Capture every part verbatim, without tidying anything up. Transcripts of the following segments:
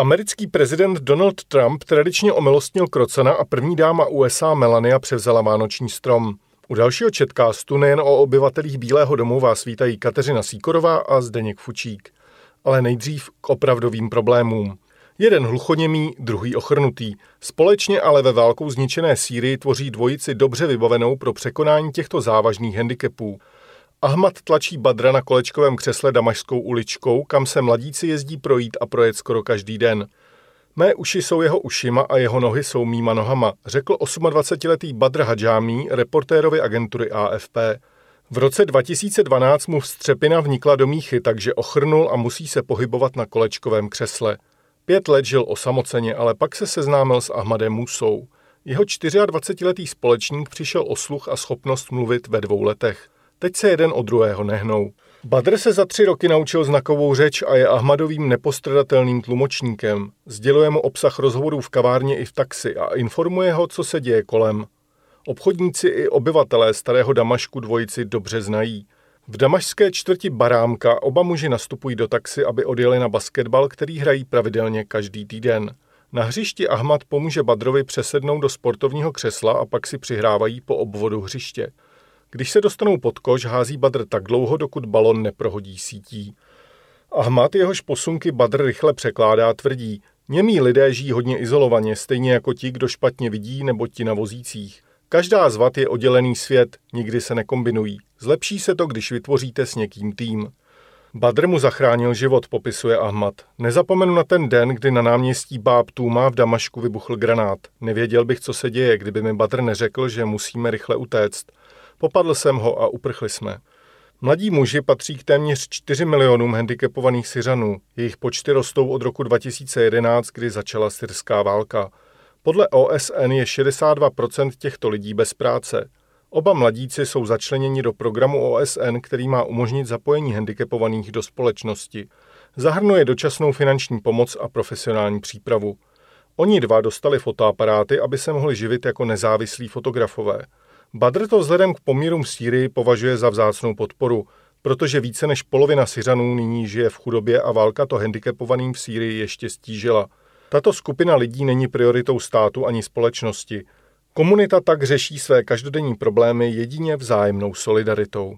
Americký prezident Donald Trump tradičně omilostnil krocana a první dáma U S A Melania převzala vánoční strom. U dalšího četkástu nejen o obyvatelích Bílého domu vás vítají Kateřina Sýkorová a Zdeněk Fučík. Ale nejdřív k opravdovým problémům. Jeden hluchoněmý, druhý ochrnutý. Společně ale ve válkou zničené Sýrii tvoří dvojici dobře vybavenou pro překonání těchto závažných handicapů. Ahmad tlačí Badra na kolečkovém křesle Damašskou uličkou, kam se mladíci jezdí projít a projet skoro každý den. Mé uši jsou jeho ušima a jeho nohy jsou mýma nohama, řekl dvacetiosmiletý Badr Hadžámí reportérovi agentury A F P. V roce dva tisíce dvanáct mu vstřepina vnikla do míchy, takže ochrnul a musí se pohybovat na kolečkovém křesle. Pět let žil osamoceně, ale pak se seznámil s Ahmadem Musou. Jeho dvacetičtyřletý společník přišel o sluch a schopnost mluvit ve dvou letech. Teď se jeden od druhého nehnou. Badr se za tři roky naučil znakovou řeč a je Ahmadovým nepostradatelným tlumočníkem. Sděluje mu obsah rozhovorů v kavárně i v taxi a informuje ho, co se děje kolem. Obchodníci i obyvatelé starého Damašku dvojici dobře znají. V damašské čtvrti Barámka oba muži nastupují do taxi, aby odjeli na basketbal, který hrají pravidelně každý týden. Na hřišti Ahmad pomůže Badrovi přesednout do sportovního křesla a pak si přihrávají po obvodu hřiště. Když se dostanou pod koš, hází Badr tak dlouho, dokud balon neprohodí sítí. Ahmad, jehož posunky Badr rychle překládá, tvrdí: němí lidé žijí hodně izolovaně, stejně jako ti, kdo špatně vidí, nebo ti na vozících. Každá z vat je oddělený svět, nikdy se nekombinují. Zlepší se to, když vytvoříte s někým tým. Badr mu zachránil život, popisuje Ahmad. Nezapomenu na ten den, kdy na náměstí Báb Túma v Damašku vybuchl granát. Nevěděl bych, co se děje, kdyby mi Badr neřekl, že musíme rychle utéct. Popadl jsem ho a uprchli jsme. Mladí muži patří k téměř čtyři milionům handicapovaných Syřanů. Jejich počty rostou od roku dva tisíce jedenáct, kdy začala syrská válka. Podle O S N je šedesát dva procent těchto lidí bez práce. Oba mladíci jsou začleněni do programu O S N, který má umožnit zapojení handicapovaných do společnosti. Zahrnuje dočasnou finanční pomoc a profesionální přípravu. Oni dva dostali fotoaparáty, aby se mohli živit jako nezávislí fotografové. Badr to vzhledem k poměrům v Sýrii považuje za vzácnou podporu, protože více než polovina Syřanů nyní žije v chudobě a válka to handicapovaným v Sýrii ještě stížila. Tato skupina lidí není prioritou státu ani společnosti. Komunita tak řeší své každodenní problémy jedině vzájemnou solidaritou.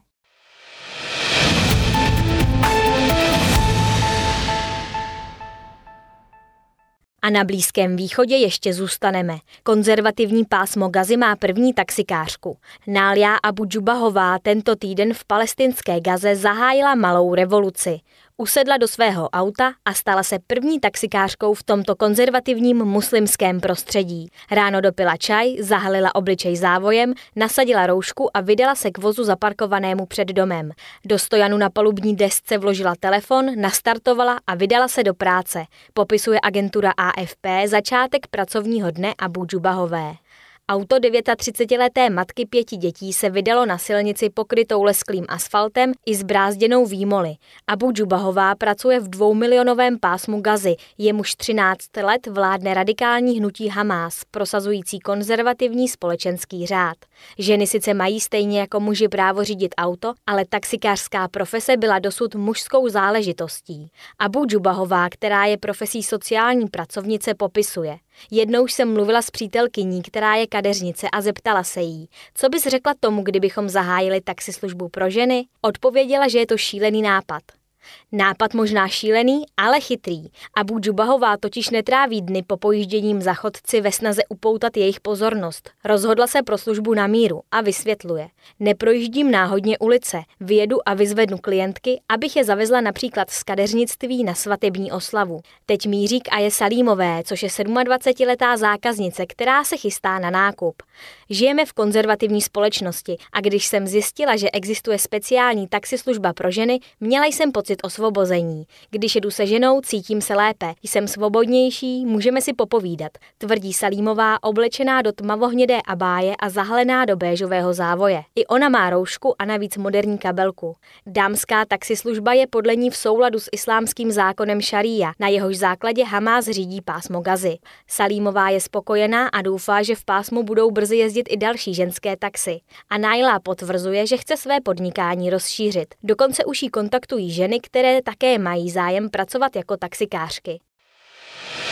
A na Blízkém východě ještě zůstaneme. Konzervativní pásmo Gazy má první taxikářku. Nália Abu Džubahová tento týden v palestinské Gaze zahájila malou revoluci. Usedla do svého auta a stala se první taxikářkou v tomto konzervativním muslimském prostředí. Ráno dopila čaj, zahalila obličej závojem, nasadila roušku a vydala se k vozu zaparkovanému před domem. Do stojanu na palubní desce vložila telefon, nastartovala a vydala se do práce. Popisuje agentura A F P začátek pracovního dne Abu Džubahové. Auto třicetidevítileté matky pěti dětí se vydalo na silnici pokrytou lesklým asfaltem i s brázděnou výmoly. Abu Džubahová pracuje v dvoumilionovém pásmu Gazy, jemuž třináct let vládne radikální hnutí Hamás, prosazující konzervativní společenský řád. Ženy sice mají stejně jako muži právo řídit auto, ale taxikářská profese byla dosud mužskou záležitostí. Abu Džubahová, která je profesí sociální pracovnice, popisuje: jednou jsem mluvila s přítelkyní, která je kadeřnice, a zeptala se jí: co bys řekla tomu, kdybychom zahájili taxislužbu pro ženy? Odpověděla, že je to šílený nápad. Nápad možná šílený, ale chytrý. Abu Džubahová totiž netráví dny po pojížděním za chodci ve snaze upoutat jejich pozornost. Rozhodla se pro službu na míru a vysvětluje: neprojíždím náhodně ulice, vyjedu a vyzvednu klientky, abych je zavezla například z kadeřnictví na svatební oslavu. Teď míří k Aje Salímové, což je sedmadvacetiletá zákaznice, která se chystá na nákup. Žijeme v konzervativní společnosti a když jsem zjistila, že existuje speciální taxislužba pro ženy, měla jsem pocit osvobození. Když jedu se ženou, cítím se lépe, jsem svobodnější, můžeme si popovídat, tvrdí Salímová, oblečená do tmavohnědé abáje a zahalená do béžového závoje. I ona má roušku a navíc moderní kabelku. Dámská taxislužba je podle ní v souladu s islámským zákonem šaría, na jehož základě Hamás řídí pásmo Gazy. Salímová je spokojená a doufá, že v pásmu budou brzy jezdit i další ženské taxi. A Naila potvrzuje, že chce své podnikání rozšířit. Dokonce už jí kontaktují ženy, které také mají zájem pracovat jako taxikářky.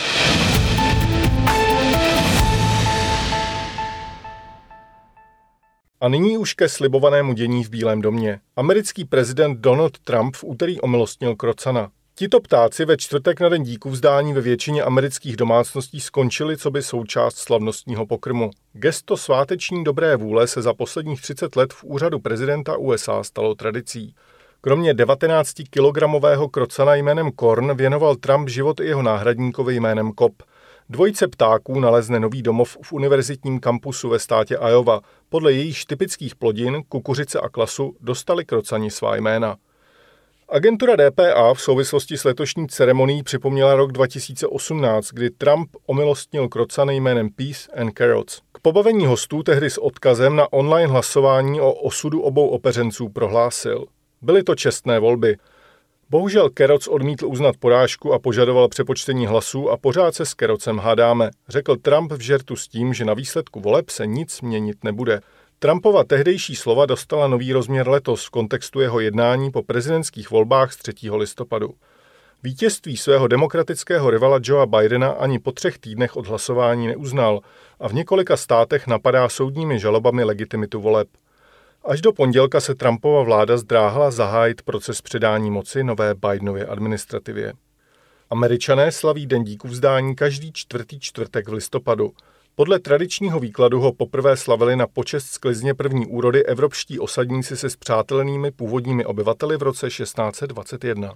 A nyní už ke slibovanému dění v Bílém domě. Americký prezident Donald Trump v úterý omilostnil krocana. Tito ptáci ve čtvrtek na den díků vzdání ve většině amerických domácností skončili coby součást slavnostního pokrmu. Gesto sváteční dobré vůle se za posledních třicet let v úřadu prezidenta U S A stalo tradicí. Kromě devatenáctikilogramového krocana jménem Korn věnoval Trump život i jeho náhradníkovi jménem Cobb. Dvojice ptáků nalezne nový domov v univerzitním kampusu ve státě Iowa. Podle jejich typických plodin, kukuřice a klasu, dostali krocani svá jména. Agentura D P A v souvislosti s letošní ceremonií připomněla rok dva tisíce osmnáct, kdy Trump omilostnil krocany jménem Peace and Carrots. K pobavení hostů tehdy s odkazem na online hlasování o osudu obou opeřenců prohlásil: byly to čestné volby. Bohužel Carrots odmítl uznat porážku a požadoval přepočtení hlasů a pořád se s Carrotsem hádáme, řekl Trump v žertu s tím, že na výsledku voleb se nic měnit nebude. Trumpova tehdejší slova dostala nový rozměr letos v kontextu jeho jednání po prezidentských volbách z třetího listopadu. Vítězství svého demokratického rivala Joea Bidena ani po třech týdnech od hlasování neuznal a v několika státech napadá soudními žalobami legitimitu voleb. Až do pondělka se Trumpova vláda zdráhala zahájit proces předání moci nové Bidenově administrativě. Američané slaví den díků vzdání každý čtvrtý čtvrtek v listopadu. Podle tradičního výkladu ho poprvé slavili na počest sklizně první úrody evropští osadníci se spřátelenými původními obyvateli v roce šestnáct set dvacet jedna.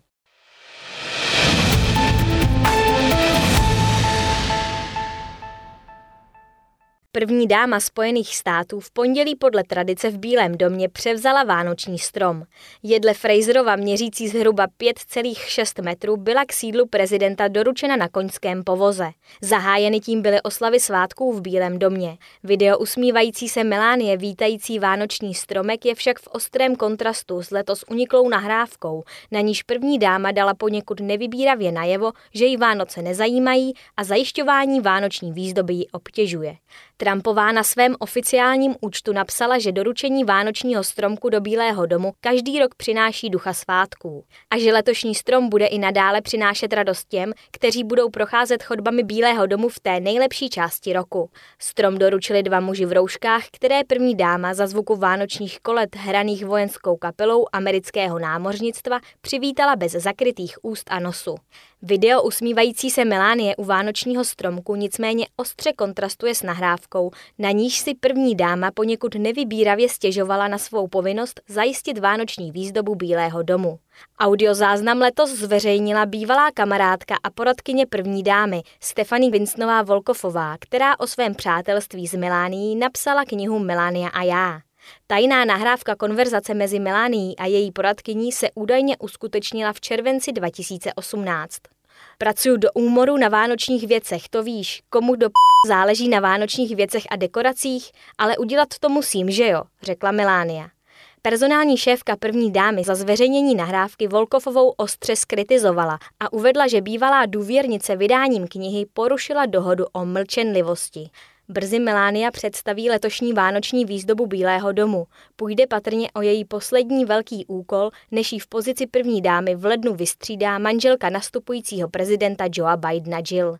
První dáma Spojených států v pondělí podle tradice v Bílém domě převzala vánoční strom. Jedle Fraserova měřící zhruba pět celá šest metrů byla k sídlu prezidenta doručena na koňském povoze. Zahájeny tím byly oslavy svátků v Bílém domě. Video usmívající se Melanie vítající vánoční stromek je však v ostrém kontrastu s letos uniklou nahrávkou, na níž první dáma dala poněkud nevybíravě najevo, že jí Vánoce nezajímají a zajišťování vánoční výzdoby ji obtěžuje. Trumpová na svém oficiálním účtu napsala, že doručení vánočního stromku do Bílého domu každý rok přináší ducha svátků a že letošní strom bude i nadále přinášet radost těm, kteří budou procházet chodbami Bílého domu v té nejlepší části roku. Strom doručili dva muži v rouškách, které první dáma za zvuku vánočních kolet hraných vojenskou kapelou amerického námořnictva přivítala bez zakrytých úst a nosu. Video usmívající se Melanie u vánočního stromku nicméně ostře kontrastuje s nahrávkou, na níž si první dáma poněkud nevybíravě stěžovala na svou povinnost zajistit vánoční výzdobu Bílého domu. Audiozáznam letos zveřejnila bývalá kamarádka a poradkyně první dámy Stephanie Winstonová Volkoffová, která o svém přátelství s Melanií napsala knihu Melania a já. Tajná nahrávka konverzace mezi Melanií a její poradkyní se údajně uskutečnila v červenci dva tisíce osmnáct. Pracuju do úmoru na vánočních věcech, to víš, komu do p*** záleží na vánočních věcech a dekoracích, ale udělat to musím, že jo, řekla Melania. Personální šéfka první dámy za zveřejnění nahrávky Volkoffovou ostře zkritizovala a uvedla, že bývalá důvěrnice vydáním knihy porušila dohodu o mlčenlivosti. Brzy Melania představí letošní vánoční výzdobu Bílého domu. Půjde patrně o její poslední velký úkol, než jí v pozici první dámy v lednu vystřídá manželka nastupujícího prezidenta Joea Bidena Jill.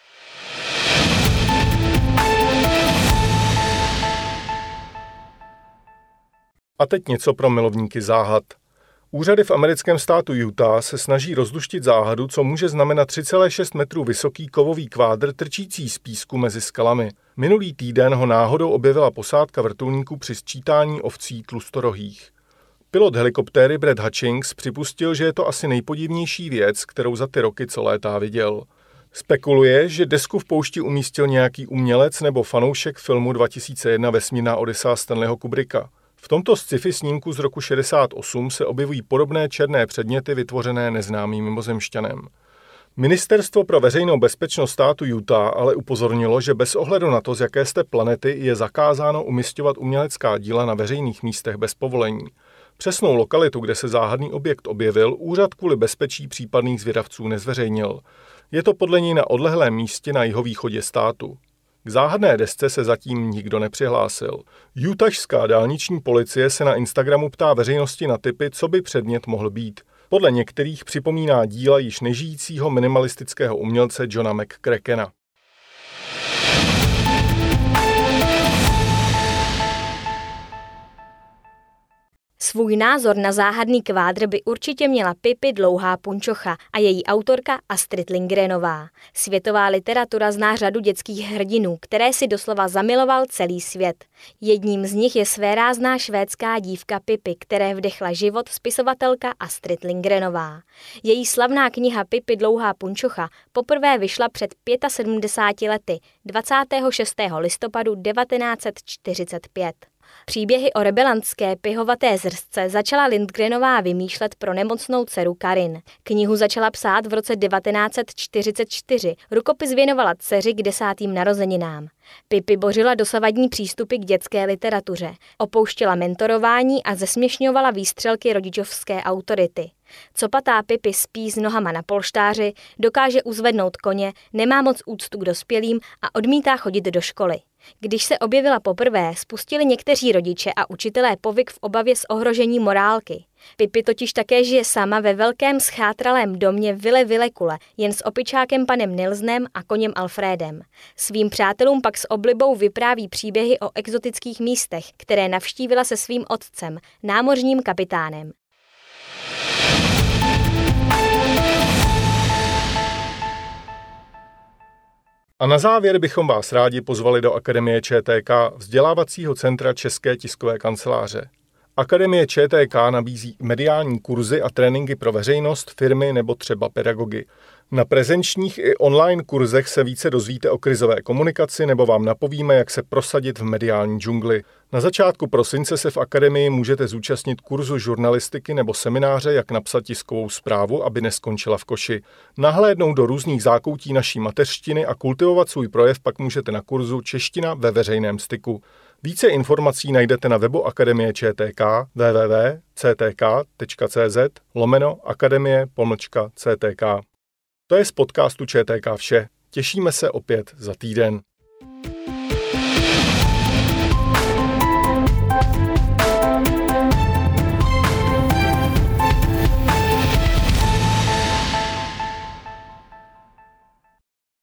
A teď něco pro milovníky záhad. Úřady v americkém státu Utah se snaží rozluštit záhadu, co může znamenat tři celá šest metrů vysoký kovový kvádr trčící z písku mezi skalami. Minulý týden ho náhodou objevila posádka vrtulníků při sčítání ovcí tlustorohých. Pilot helikoptéry Brad Hutchings připustil, že je to asi nejpodivnější věc, kterou za ty roky, co létá, viděl. Spekuluje, že desku v poušti umístil nějaký umělec nebo fanoušek filmu dva tisíce jedna Vesmírná odyssea Stanleyho Kubricka. V tomto sci-fi snímku z roku šedesát osm se objevují podobné černé předměty vytvořené neznámým mimozemšťanem. Ministerstvo pro veřejnou bezpečnost státu Utah ale upozornilo, že bez ohledu na to, z jaké jste planety, je zakázáno umisťovat umělecká díla na veřejných místech bez povolení. Přesnou lokalitu, kde se záhadný objekt objevil, úřad kvůli bezpečí případných zvědavců nezveřejnil. Je to podle něj na odlehlém místě na jihovýchodě státu. K záhadné desce se zatím nikdo nepřihlásil. Utahská dálniční policie se na Instagramu ptá veřejnosti na tipy, co by předmět mohl být. Podle některých připomíná díla již nežijícího minimalistického umělce Johna McCrackena. Svůj názor na záhadný kvádr by určitě měla Pippi Dlouhá punčocha a její autorka Astrid Lindgrenová. Světová literatura zná řadu dětských hrdinů, které si doslova zamiloval celý svět. Jedním z nich je svérázná švédská dívka Pippi, které vdechla život spisovatelka Astrid Lindgrenová. Její slavná kniha Pippi Dlouhá punčocha poprvé vyšla před sedmdesáti pěti lety, dvacátého šestého listopadu devatenáct set čtyřicet pět. Příběhy o rebelantské pihovaté zrzce začala Lindgrenová vymýšlet pro nemocnou dceru Karin. Knihu začala psát v roce devatenáct set čtyřicet čtyři, rukopis věnovala dceři k desátým narozeninám. Pippi bořila dosavadní přístupy k dětské literatuře, opouštěla mentorování a zesměšňovala výstřelky rodičovské autority. Copatá Pippi spí s nohama na polštáři, dokáže uzvednout koně, nemá moc úctu k dospělým a odmítá chodit do školy. Když se objevila poprvé, spustili někteří rodiče a učitelé povyk v obavě z ohrožení morálky. Pippi totiž také žije sama ve velkém schátralém domě Ville Villekule, jen s opičákem panem Nilsnem a koněm Alfrédem. Svým přátelům pak s oblibou vypráví příběhy o exotických místech, které navštívila se svým otcem, námořním kapitánem. A na závěr bychom vás rádi pozvali do Akademie ČTK, vzdělávacího centra České tiskové kanceláře. Akademie ČTK nabízí mediální kurzy a tréninky pro veřejnost, firmy nebo třeba pedagogy. Na prezenčních i online kurzech se více dozvíte o krizové komunikaci nebo vám napovíme, jak se prosadit v mediální džungli. Na začátku prosince se v akademii můžete zúčastnit kurzu žurnalistiky nebo semináře, jak napsat tiskovou zprávu, aby neskončila v koši. Nahlédnout do různých zákoutí naší mateřštiny a kultivovat svůj projev pak můžete na kurzu Čeština ve veřejném styku. Více informací najdete na webu Akademie ČTK w w w tečka c t k tečka c z lomeno akademie pomlčka c t k. To je z podcastu ČTK vše. Těšíme se opět za týden.